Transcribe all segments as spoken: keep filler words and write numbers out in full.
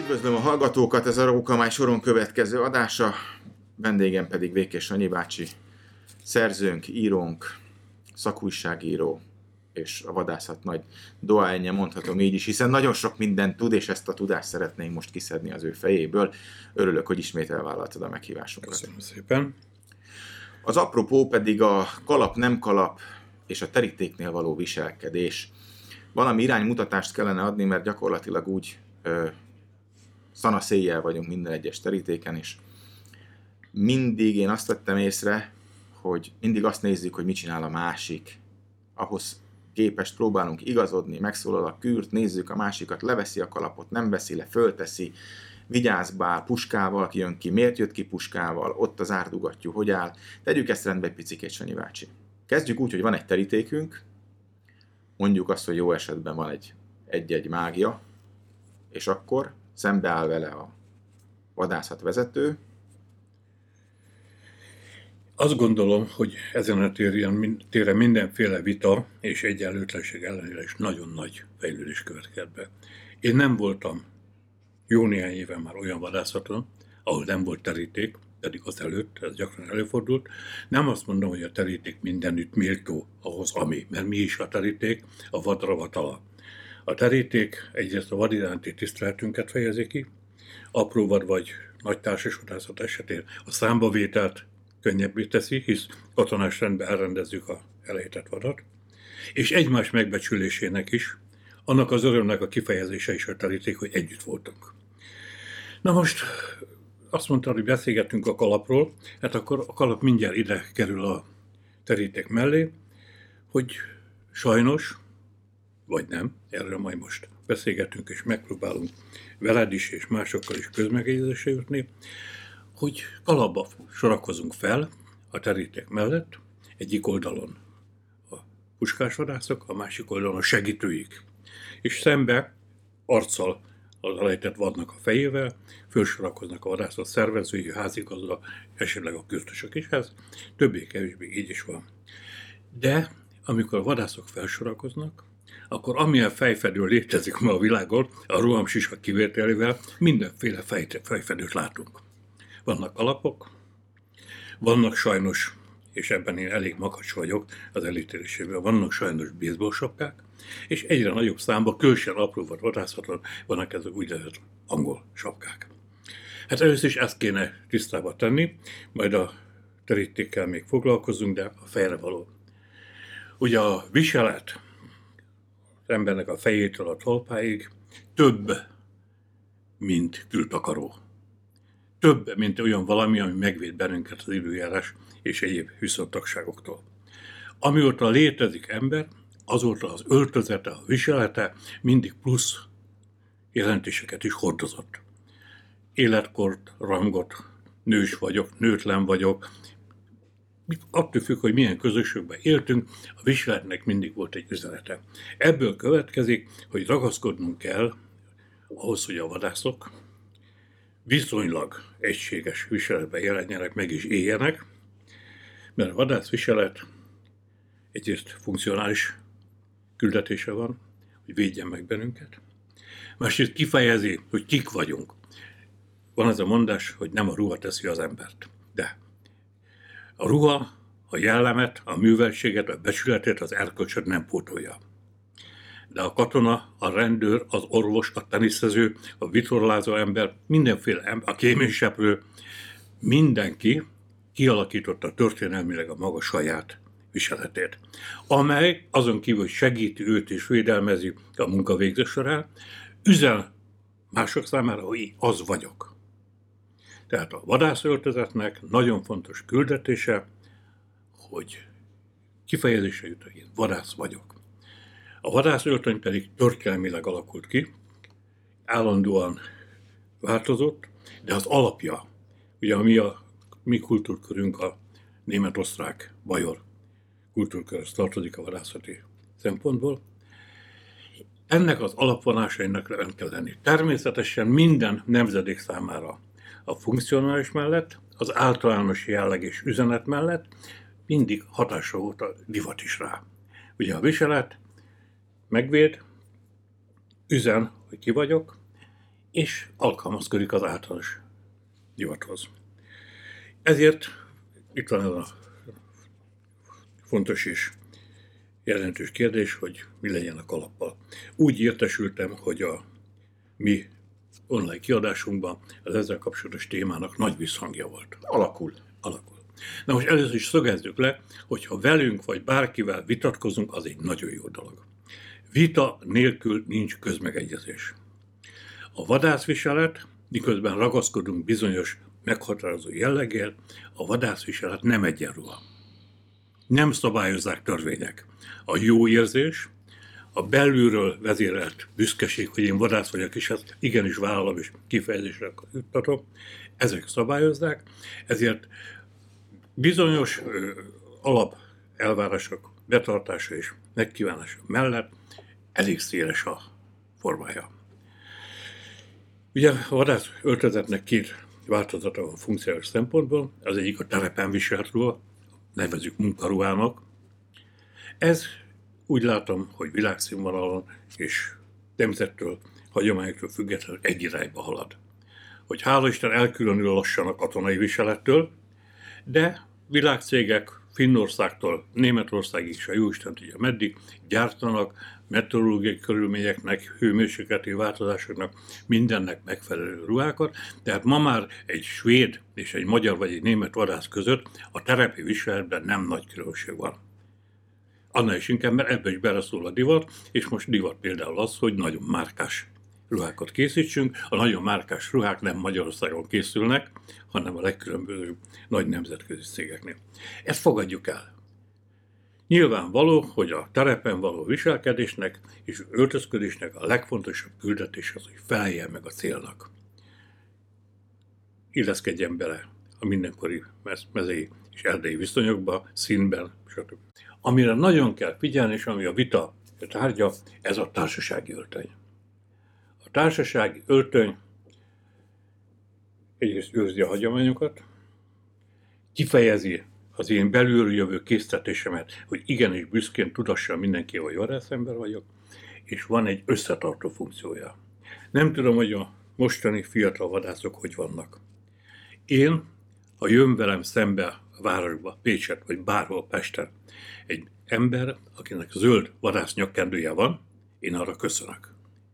Üdvözlöm a hallgatókat, ez a Rókamály soron következő adása, vendégem pedig Vékés Sanyi bácsi, szerzőnk, írónk, szakújságíró, és a vadászat nagy dohányja, mondhatom így is, hiszen nagyon sok mindent tud, és ezt a tudást szeretnénk most kiszedni az ő fejéből. Örülök, hogy ismét elvállaltad a meghívásunkat. Köszönöm szépen. Az apropó pedig a kalap-nem kalap és a terítéknél való viselkedés. Valami iránymutatást kellene adni, mert gyakorlatilag úgy ö, szanaszéjjel vagyunk minden egyes terítéken, és mindig én azt vettem észre, hogy mindig azt nézzük, hogy mit csinál a másik. Ahhoz képest próbálunk igazodni, megszólal a kürt, nézzük a másikat, leveszi a kalapot, nem veszi le, fölteszi, vigyáz bár, puskával kijön ki, miért jött ki puskával, ott az árdugattyú, hogy áll. Tegyük ezt rendbe egy picikét, Sanyi bácsi. Kezdjük úgy, hogy van egy terítékünk, mondjuk azt, hogy jó esetben van egy egy-egy mágia, és akkor szembeáll vele a vadászat vezető. Azt gondolom, hogy ezen a téren, téren mindenféle vita és egyenlőtlenség ellenére is nagyon nagy fejlődés következett be. Én nem voltam jó néhány éve már olyan vadászaton, ahol nem volt teríték, pedig az előtt, ez gyakran előfordult. Nem azt mondom, hogy a teríték mindenütt méltó ahhoz, ami, mert mi is a teríték, a vadra vatala. A teríték egyrészt a vad iránti tiszteletünket fejezi ki, apró vad vagy nagy társasvadászat esetén a számbavételt könnyebbé teszi, hisz katonás rendben elrendezzük a elejtett vadat, és egymás megbecsülésének is, annak az örömnek a kifejezése is a teríték, hogy együtt voltunk. Na most azt mondta, hogy beszélgettünk a kalapról, hát akkor a kalap mindjárt ide kerül a teríték mellé, hogy sajnos, vagy nem, erről majd most beszélgetünk és megpróbálunk veled is és másokkal is közmegegyezésre jutni, hogy kalapba sorakozunk fel a teríték mellett, egyik oldalon a puskásvadászok, a másik oldalon a segítőik. És szembe arccal az elejtett vadnak a fejével fölsorakoznak a vadászat szervezői, házigazda, esetleg a köztösök is, ez többé-kevésbé így is van. De amikor a vadászok felsorakoznak, akkor amilyen fejfedő létezik ma a világon, a rohamsisak kivételével mindenféle fej, fejfedőt látunk. Vannak alapok, vannak sajnos, és ebben én elég makacs vagyok az elítélésében, vannak sajnos baseball sapkák, és egyre nagyobb számban, külsően apró vagy vadászaton vannak ezek úgynevezett angol sapkák. Hát először is ezt kéne tisztába tenni, majd a terítékkel még foglalkozunk, de a fejre való. Ugye a viselet az embernek a fejétől a talpáig több, mint kültakaró. Több, mint olyan valami, ami megvéd bennünket az időjárás és egyéb viszontagságoktól. Amióta létezik ember, azóta az öltözete, a viselete mindig plusz jelentéseket is hordozott. Életkort, rangot, nős vagyok, nőtlen vagyok, attól függ, hogy milyen közösségben éltünk, a viseletnek mindig volt egy üzenete. Ebből következik, hogy ragaszkodnunk kell ahhoz, hogy a vadászok viszonylag egységes viseletben jelenjenek meg és éljenek, mert a vadászviselet egyrészt funkcionális küldetése van, hogy védjen meg bennünket. Másrészt kifejezi, hogy kik vagyunk. Van ez a mondás, hogy nem a ruha teszi az embert. De a ruha, a jellemet, a műveltséget, a becsületet, az erkölcsöt nem pótolja. De a katona, a rendőr, az orvos, a teniszező, a vitorlázó ember, mindenféle ember, a kéményseprő, mindenki kialakította történelmileg a maga saját viseletét, amely azon kívül, hogy segíti őt és védelmezi a munkavégzés során, üzen mások számára, hogy az vagyok. Tehát a vadászöltözetnek nagyon fontos küldetése, hogy kifejezésre jut, hogy én vadász vagyok. A vadászöltöny pedig történelmileg alakult ki, állandóan változott, de az alapja, ugye a mi, a mi kultúrkörünk a német-osztrák bajor kultúrkörhöz tartozik a vadászati szempontból, ennek az alapvonásainak ön kell lenni. Természetesen minden nemzedék számára a funkcionális mellett, az általános jelleg és üzenet mellett mindig hatása volt a divat is rá. Ugye a viselet megvéd, üzen, hogy ki vagyok, és alkalmazkodik az általános divathoz. Ezért itt van ez a fontos és jelentős kérdés, hogy mi legyen a kalappal. Úgy értesültem, hogy a mi online kiadásunkban az ezzel kapcsolatos témának nagy visszhangja volt. Alakul. Alakul. Na most először is szögezzük le, hogyha velünk vagy bárkivel vitatkozunk, az egy nagyon jó dolog. Vita nélkül nincs közmegegyezés. A vadászviselet, miközben ragaszkodunk bizonyos meghatározó jelleggel, a vadászviselet nem egyenruha. Nem szabályozzák törvények. A jó érzés, a belülről vezérelt büszkeség, hogy én vadász vagyok, és ezt igenis vállalom, és kifejezésre juttatom, ezek szabályozzák, ezért bizonyos ö, alap elvárások betartása és megkívánása mellett elég széles a formája. Ugye a vadász öltözetnek két változata van funkciós szempontból, az egyik a terepen viselt ruha, nevezzük munkaruhának. Ez úgy látom, hogy világszínvonalon és nemzettől, hagyományoktól függetlenül egy irányba halad. Hogy hála Isten elkülönül lassan a katonai viselettől, de világcégek Finnországtól Németországig is, a jóisten tudja meddig, gyártanak meteorológiai körülményeknek, hőmérsékleti változásoknak, mindennek megfelelő ruhákat. Tehát ma már egy svéd és egy magyar vagy egy német vadász között a terepi viseletben nem nagy különbség van. Annál is inkább, mert ebbe is beleszól a divat, és most divat például az, hogy nagyon márkás ruhákat készítsünk. A nagyon márkás ruhák nem Magyarországon készülnek, hanem a legkülönbözőbb nagy nemzetközi cégeknél. Ezt fogadjuk el. Nyilvánvaló, hogy a terepen való viselkedésnek és öltözködésnek a legfontosabb küldetés az, hogy feleljen meg a célnak. Illeszkedjen bele a mindenkori mezei és erdei viszonyokba, színben, stb. Amire nagyon kell figyelni, és ami a vita tárgya, ez a társasági öltöny. A társasági öltöny egyrészt őrzi a hagyományokat, kifejezi az én belülről jövő késztetésemet, hogy igenis büszkén tudassa mindenki, hogy vadászember vagyok, és van egy összetartó funkciója. Nem tudom, hogy a mostani fiatal vadászok hogy vannak. Én, ha jön velem szembe a városba, Pécset, vagy bárhol Pesten, egy ember, akinek zöld vadász nyakkendője van, én arra köszönök.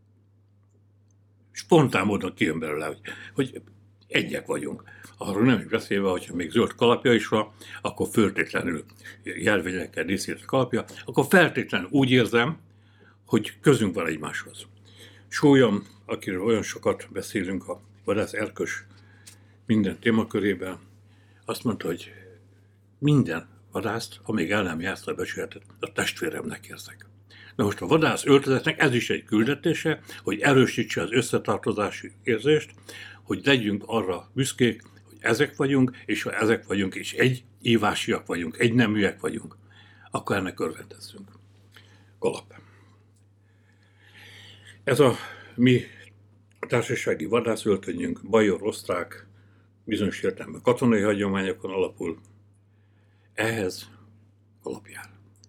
Spontán módon kijön belőle, hogy, hogy egyek vagyunk. Arról nem is beszélve, hogyha még zöld kalapja is van, akkor föltétlenül jelvényekkel díszített kalapja, akkor feltétlenül úgy érzem, hogy közünk van egymáshoz. Sólyom, akiről olyan sokat beszélünk a vadász Erkös minden témakörében, azt mondta, hogy minden vadászt, amíg el nem járta a becsületet, a testvéremnek érzek. Na most a vadász öltözetnek ez is egy küldetése, hogy erősítse az összetartozási érzést, hogy legyünk arra büszkék, hogy ezek vagyunk, és ha ezek vagyunk, és egy ívásiak vagyunk, egy neműek vagyunk, akkor ennek örvendezzünk. Kalap. Ez a mi társasági vadászöltönyünk bajor-osztrák, bizonyos értelemben katonai hagyományokon alapul. Ehhez kalap jár.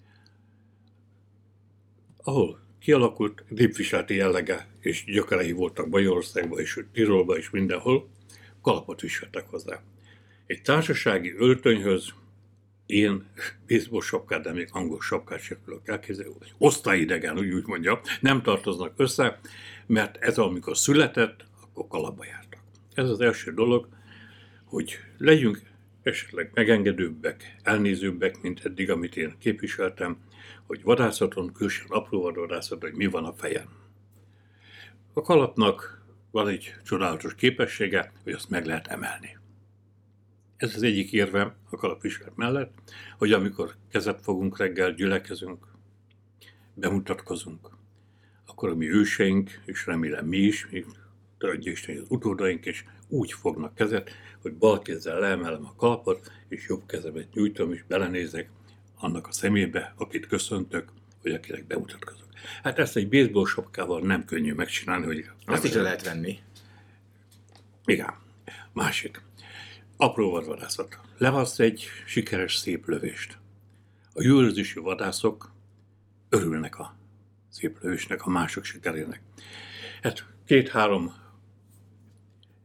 Ahol kialakult népviseleti jellege, és gyökerei voltak Bajorországban és Tirolban és mindenhol, kalapot viseltek hozzá. Egy társasági öltönyhöz én baseball sapkát, de még angol sapkát sem tudok elképzelni, osztályidegen, úgy, úgy mondja, nem tartoznak össze, mert ez amikor született, akkor kalapba jártak. Ez az első dolog, hogy legyünk esetleg megengedőbbek, elnézőbbek, mint eddig, amit én képviseltem, hogy vadászaton, külsően apró vadászaton, hogy mi van a fejen. A kalapnak van egy csodálatos képessége, hogy azt meg lehet emelni. Ez az egyik érvem a kalapviselet mellett, hogy amikor kezet fogunk reggel, gyülekezünk, bemutatkozunk, akkor a mi őseink, és remélem mi is, mi adja Isten, az utódaink is úgy fognak kezet, hogy bal kézzel leemelem a kalapot, és jobb kezemet nyújtom, és belenézek annak a szemébe, akit köszöntök, vagy akinek bemutatkozok. Hát ezt egy baseball sapkával nem könnyű megcsinálni, hogy... Azt is le lehet venni. Igen. Másik. Apró vadvadászat. Levasz egy sikeres, szép lövést. A jövőzési vadászok örülnek a szép lövésnek, a mások sikerének. Hát két-három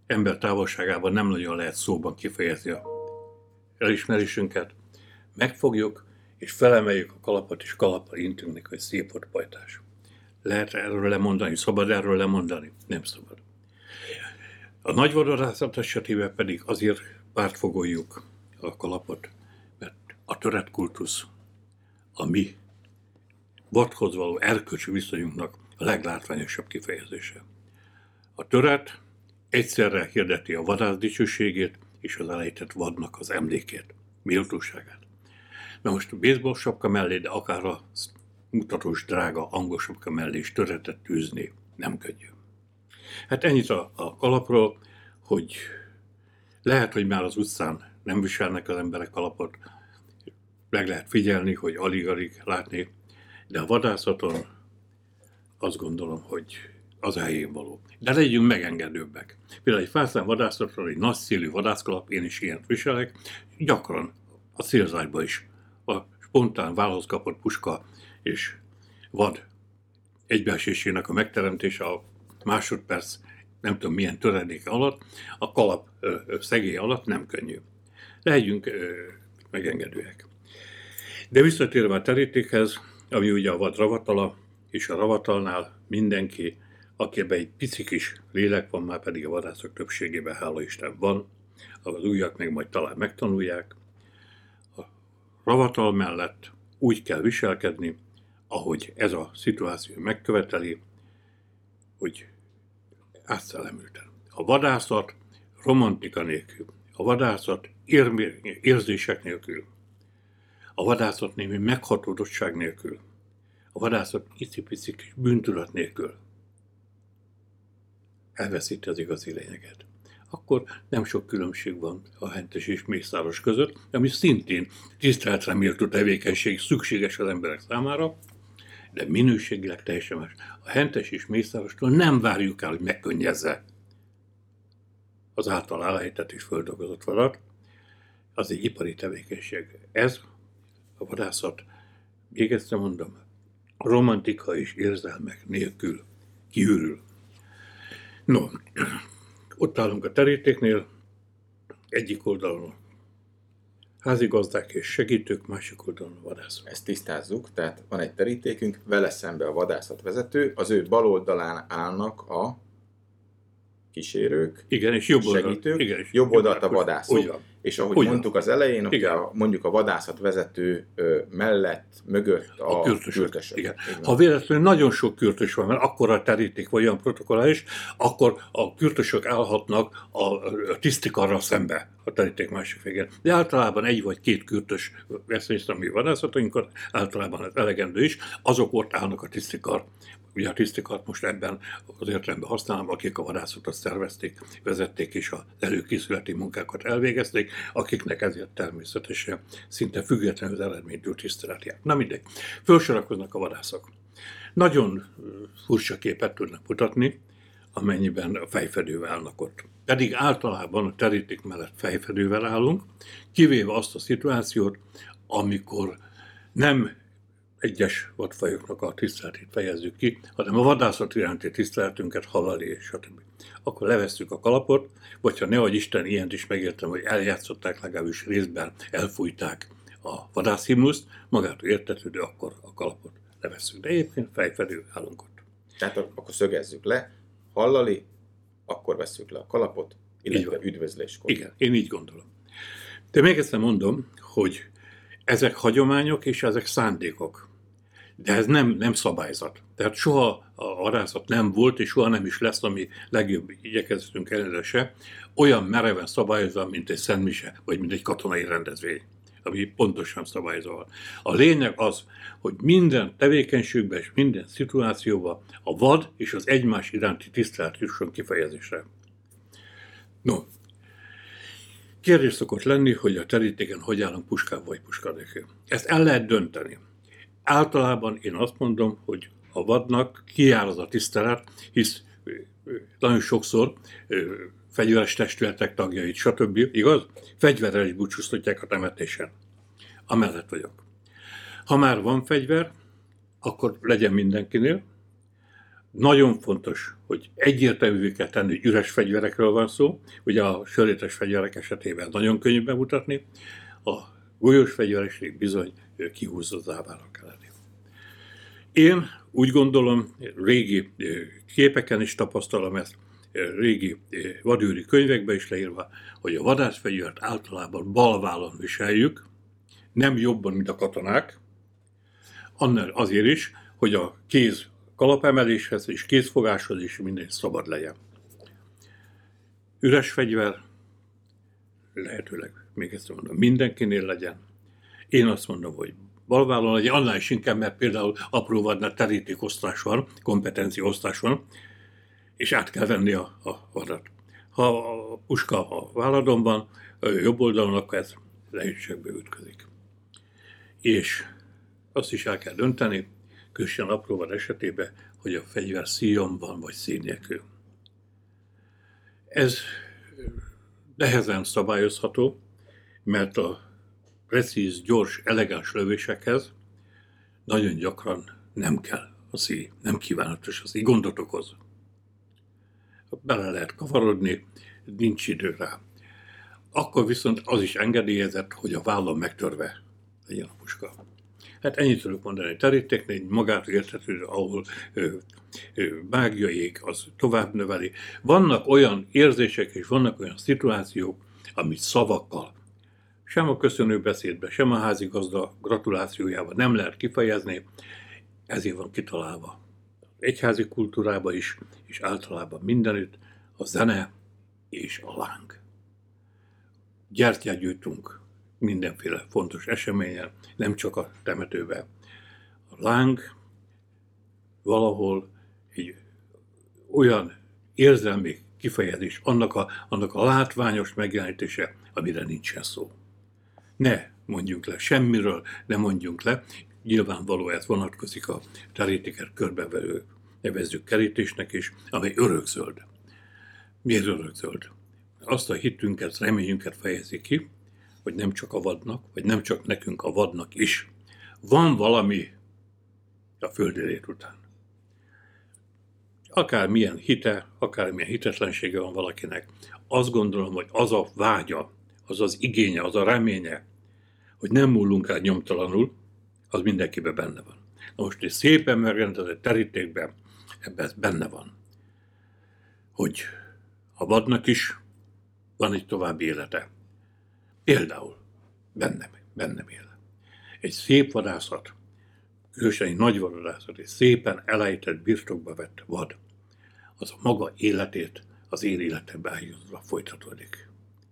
ember távolságában nem nagyon lehet szóban kifejezni a elismerésünket. Megfogjuk, és felemeljük a kalapot, és kalappal intünk neki, hogy szép volt pajtás. Lehet erről lemondani? Szabad erről lemondani? Nem szabad. A nagyvadászat esetében pedig azért pártfogoljuk a kalapot, mert a töretkultusz a mi vadhoz való erkölcsi viszonyunknak a leglátványosabb kifejezése. A töret egyszerre hirdeti a vadász dicsőségét és az elejtett vadnak az emlékét, méltóságát. Na most a baseball sapka mellé, de akár a mutatós drága angol sapka mellé is töretet tűzni nem könnyű. Hát ennyit a, a kalapról, hogy lehet, hogy már az utcán nem viselnek az emberek kalapot, meg lehet figyelni, hogy alig-alig látni, de a vadászaton azt gondolom, hogy az helyén való. De legyünk megengedőbbek. Például egy fászlán vadászatról egy nagy szélű vadászkalap, én is ilyet viselek, gyakran a célzásba is a spontán válasz kapott puska és vad egybeesésének a megteremtése a másodperc nem tudom milyen töredéke alatt, a kalap ö, ö, szegély alatt nem könnyű. Legyünk ö, megengedőek. De visszatérve a terítékhez, ami ugye a vad ravatala, és a ravatalnál mindenki, akiben egy pici kis lélek van, már pedig a vadászok többségében, hála Isten, van, az újak meg majd talán megtanulják. A ravatal mellett úgy kell viselkedni, ahogy ez a szituáció megköveteli, hogy átszellemülten. A vadászat romantika nélkül, a vadászat érmé- érzések nélkül, a vadászat némi meghatódottság nélkül, a vadászat icipici kis bűntudat nélkül elveszíti az igazi lényeget. Akkor nem sok különbség van a hentes és mészáros között, ami szintén tiszteletre méltó tevékenység szükséges az emberek számára, de minőségileg teljesen más. A hentes és mészárostól nem várjuk el, hogy megkönnyezze az által elejtett és földolgozott vadat. Az egy ipari tevékenység. Ez a vadászat, még egyszer mondom, romantika és érzelmek nélkül kiürül. No, ott állunk a terítéknél, egyik oldalon házigazdák és segítők, másik oldalon a vadászok. Ezt tisztázzuk, tehát van egy terítékünk, vele szembe a vadászatvezető, az ő bal oldalán állnak a kísérők, igen, és jobb oldal, segítők, igen, és jobb oldalt a vadászok. És ahogy Ugyan. mondtuk az elején, a, mondjuk a vadászatvezető mellett, mögött a, a kürtösök. kürtösök. Igen. Ha véletlenül nagyon sok kürtös van, mert akkor a teríték vagy olyan protokollális, akkor a kürtösök állhatnak a tisztikarral szembe a teríték másik végén. De általában egy vagy két kürtös vesz részt a mi vadászatainkat, általában ez elegendő is, azok ott állnak a tisztikar. Ugye a tisztikart most ebben az értelemben használom, akik a vadászatot szervezték, vezették és az előkészületi munkákat elvégezték, akiknek ezért természetesen szinte függetlenül az eredménytől tisztelet jár. Na mindegy, felsorakoznak a vadászok. Nagyon furcsa képet tudnak mutatni, amennyiben a fejfedővel állnak ott. Pedig általában a teríték mellett fejfedővel állunk, kivéve azt a szituációt, amikor nem egyes vadfajoknak a tiszteletét fejezzük ki, hanem a vadászat iránti tiszteletünket, halali és stb. Akkor levesszük a kalapot, vagy ha nehogy Isten, ilyent is megértem, hogy eljátszották, legalábbis részben elfújták a vadászhimnuszt, magától értetődő, akkor a kalapot levesszük. De egyébként fejfedő állunk ott. Tehát akkor szögezzük le, hallali, akkor vesszük le a kalapot, illetve üdvözléskor. Igen, én így gondolom. De még egyszer mondom, hogy ezek hagyományok és ezek szándékok. De ez nem, nem szabályzat. Tehát soha a vadászat nem volt, és soha nem is lesz, ami legjobb igyekezetünk ellenére se, olyan mereven szabályozva, mint egy szentmise, vagy mint egy katonai rendezvény, ami pontosan szabályozva van. A lényeg az, hogy minden tevékenységben és minden szituációban a vad és az egymás iránti tisztelet jusson kifejezésre. No, kérdés szokott lenni, hogy a terítéken hogy állunk puskával vagy puska nélkül. Ezt el lehet dönteni. Általában én azt mondom, hogy a vadnak kijár az a tisztelet, hisz nagyon sokszor fegyveres testületek tagjait, stb. Igaz? Fegyverrel is búcsúztatják a temetésen. Amellett vagyok. Ha már van fegyver, akkor legyen mindenkinél. Nagyon fontos, hogy egyértelművé kell tenni, hogy üres fegyverekről van szó. Ugye a sörétes fegyverek esetében nagyon könnyű bemutatni, a golyós fegyvereség bizony kihúzottává kell lenni. Én úgy gondolom, régi képeken is tapasztalom ezt, régi vadőri könyvekben is leírva, hogy a vadászfegyvert általában bal vállon viseljük, nem jobban, mint a katonák, annál azért is, hogy a kéz kalapemeléshez és kézfogáshoz is minden szabad legyen. Üres fegyver, lehetőleg, még ezt mondom, mindenkinél legyen. Én azt mondom, hogy balvállon legyen, annál is inkább, mert például apró vadnál terítékosztás van, kompetenciaosztás van, és át kell venni a, a vadat. Ha a puska a válladon van, a jobb oldalon, akkor ez nehézségbe ütközik. És azt is el kell dönteni, különösen apró vad esetében, hogy a fegyver szíjon van, vagy szíj nélkül. Ez nehezen szabályozható, mert a precíz, gyors, elegáns lövésekhez nagyon gyakran nem kell a szíj, nem kívánatos a szíj, gondot okoz. Bele lehet kavarodni, nincs idő rá. Akkor viszont az is engedélyezett, hogy a vállon megtörve legyen a puska. Hát ennyit tudok mondani. Terítéknél magától érthető, ahol ö, ö, mágiaik, az tovább növeli. Vannak olyan érzések és vannak olyan szituációk, amit szavakkal, sem a köszönő beszédben, sem a házigazda gratulációjában nem lehet kifejezni, ezért van kitalálva. Egyházi kultúrában is, és általában mindenütt a zene és a láng. Gyertyát gyújtunk mindenféle fontos eseményen, nem csak a temetőben. A láng valahol egy olyan érzelmi kifejezés, annak a, annak a látványos megjelenítése, amire nincsen szó. Ne mondjunk le semmiről, ne mondjunk le. Nyilvánvaló ez vonatkozik a terítéket körbevelő, nevezzük kerítésnek is, amely örökzöld. Miért örökzöld? Azt a hitünket, reményünket fejezi ki, hogy nem csak a vadnak, vagy nem csak nekünk, a vadnak is van valami a földi lét után. Akármilyen hite, akármilyen hitetlensége van valakinek, azt gondolom, hogy az a vágya, az az igénye, az a reménye, hogy nem múlunk el nyomtalanul, az mindenkiben benne van. Na most egy szépen megrendezett terítékben ebben ez benne van, hogy a vadnak is van egy további élete. Például bennem, bennem él. Egy szép vadászat, különösen egy nagy vadászat, egy szépen elejtett, birtokba vett vad, az a maga életét az én életembe eljutva folytatódik.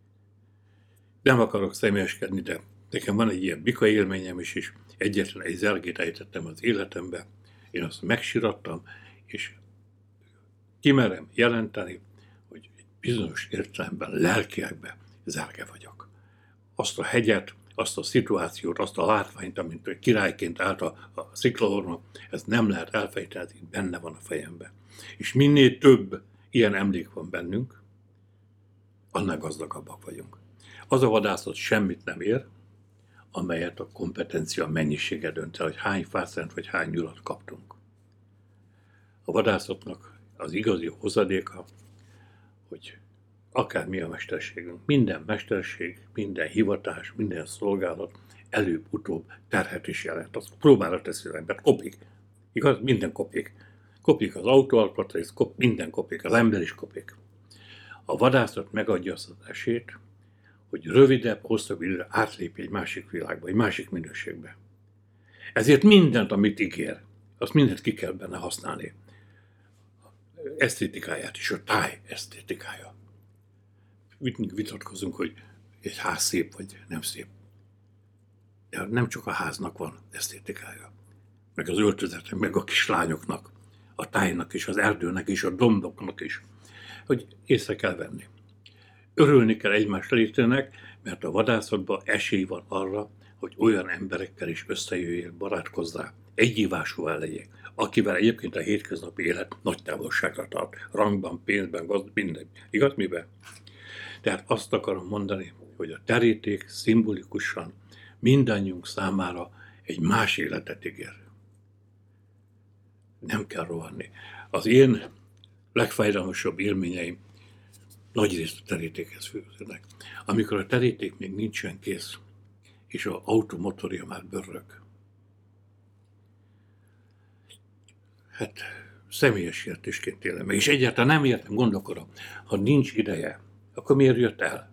Nem akarok személyeskedni, de nekem van egy ilyen bika élményem is, és egyetlen egy zergét ejtettem az életembe, én azt megsirattam, és kimerem jelenteni, hogy egy bizonyos értelemben, lelkiekben zerge vagyok. Azt a hegyet, azt a szituációt, azt a látványt, amint királyként állt a, a sziklaorma, ez nem lehet elfejteni, ez benne van a fejemben. És minél több ilyen emlék van bennünk, annál gazdagabbak vagyunk. Az a vadászat semmit nem ér, amelyet a kompetencia mennyisége dönt el, hogy hány fászent vagy hány nyulat kaptunk. A vadászatnak az igazi hozadéka, hogy akármi a mesterségünk, minden mesterség, minden hivatás, minden szolgálat előbb-utóbb terhet is jelent. Azt próbára teszi az embert, kopik. Igaz? Minden kopik. Kopik az autóalkatrész, kop, minden kopik, az ember is kopik. A vadászat megadja azt az esélyt, hogy rövidebb, hosszabb időre átlépj egy másik világba, egy másik minőségbe. Ezért mindent, amit ígér, azt mindent ki kell benne használni. Esztétikáját is, a táj esztétikája. Vitatkozunk, hogy egy ház szép vagy nem szép. De nem csak a háznak van esztétikája, meg az öltözetnek, meg a kislányoknak, a tájnak is, az erdőnek is, a domboknak is, hogy észre kell venni. Örülni kell egymás létének, mert a vadászatban esély van arra, hogy olyan emberekkel is összejöjjél, barátkozzál, egyívásúvá legyél, akivel egyébként a hétköznapi élet nagy távolságra tart, rangban, pénzben, gazd, minden. Igaz miben? Tehát azt akarom mondani, hogy a teríték szimbolikusan mindannyiunk számára egy más életet ígér. Nem kell rohanni. Az én legfájdalmasabb élményeim nagyrészt a terítékhez fűződnek. Amikor a teríték még nincsen kész, és az autó motorja már bőrrög. Hát személyes értésként élem meg. És egyáltalán nem értem, gondolkodom, ha nincs ideje, akkor miért jött el?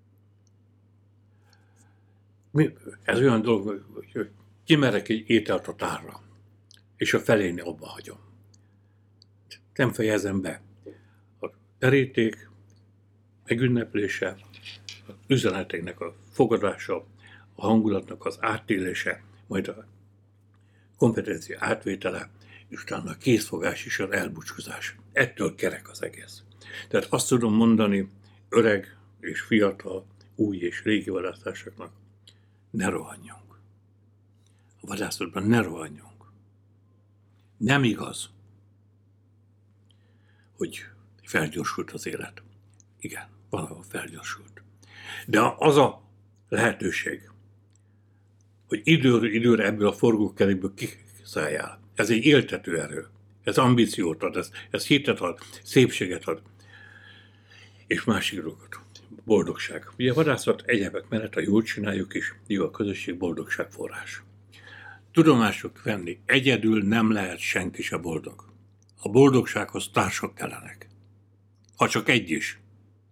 Mi? Ez olyan dolog, hogy kimerek egy ételt a tárra, és a felén abba hagyom. Nem fejezem be. A teríték megünneplése, az üzeneteknek a fogadása, a hangulatnak az átélése, majd a kompetencia átvétele, és utána a készfogás és az elbúcsúzás. Ettől kerek az egész. Tehát azt tudom mondani öreg és fiatal, új és régi vadásztársaknak, ne rohanjunk. A vadászatban ne rohanjunk. Nem igaz, hogy felgyorsult az élet. Igen, valahol felgyorsult. De az a lehetőség, hogy időről időre ebből a forgókerékből kiszálljál, ez egy éltető erő. Ez ambíciót ad, ez, ez hitet ad, szépséget ad. És másik dolgot, boldogság. Ugye a vadászat egyebek mellett, ha jól csináljuk is, jó a közösség, boldogság forrás. Tudomásuk venni, egyedül nem lehet senki se boldog. A boldogsághoz társak kellenek. Ha csak egy is.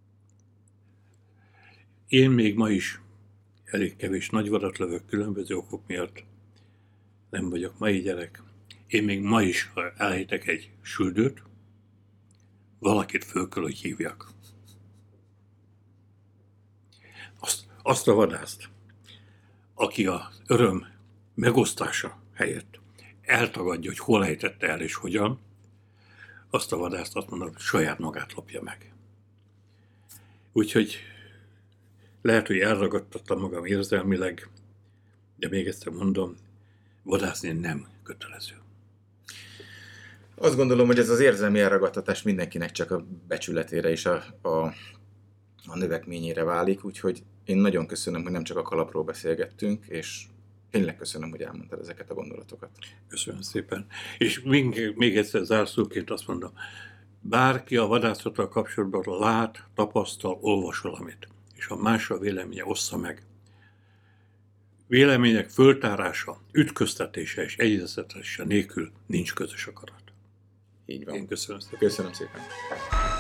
Én még ma is elég kevés nagyvadat lövök különböző okok miatt. Nem vagyok mai gyerek. Én még ma is, ha elhitek egy süldőt, valakit föl kell, hogy hívjak. Azt, azt a vadászt, aki az öröm megosztása helyett eltagadja, hogy hol ejtette el és hogyan, azt a vadászt azt mondom, hogy saját magát lopja meg. Úgyhogy lehet, hogy elragadtattam magam érzelmileg, de még egyszer mondom, vadászni nem kötelező. Azt gondolom, hogy ez az érzelmi elragadtatás mindenkinek csak a becsületére és a, a, a növekményére válik, úgyhogy én nagyon köszönöm, hogy nem csak a kalapról beszélgettünk, és tényleg köszönöm, hogy elmondtad ezeket a gondolatokat. Köszönöm szépen. És még, még egyszer zárszóként azt mondom, bárki a vadászattal kapcsolatban lát, tapasztal, olvas valamit, és ha másra véleménye, ossza meg. Vélemények föltárása, ütköztetése és egyeztetése nélkül nincs közös akarat. Így van. Én köszönöm szépen. Köszönöm szépen.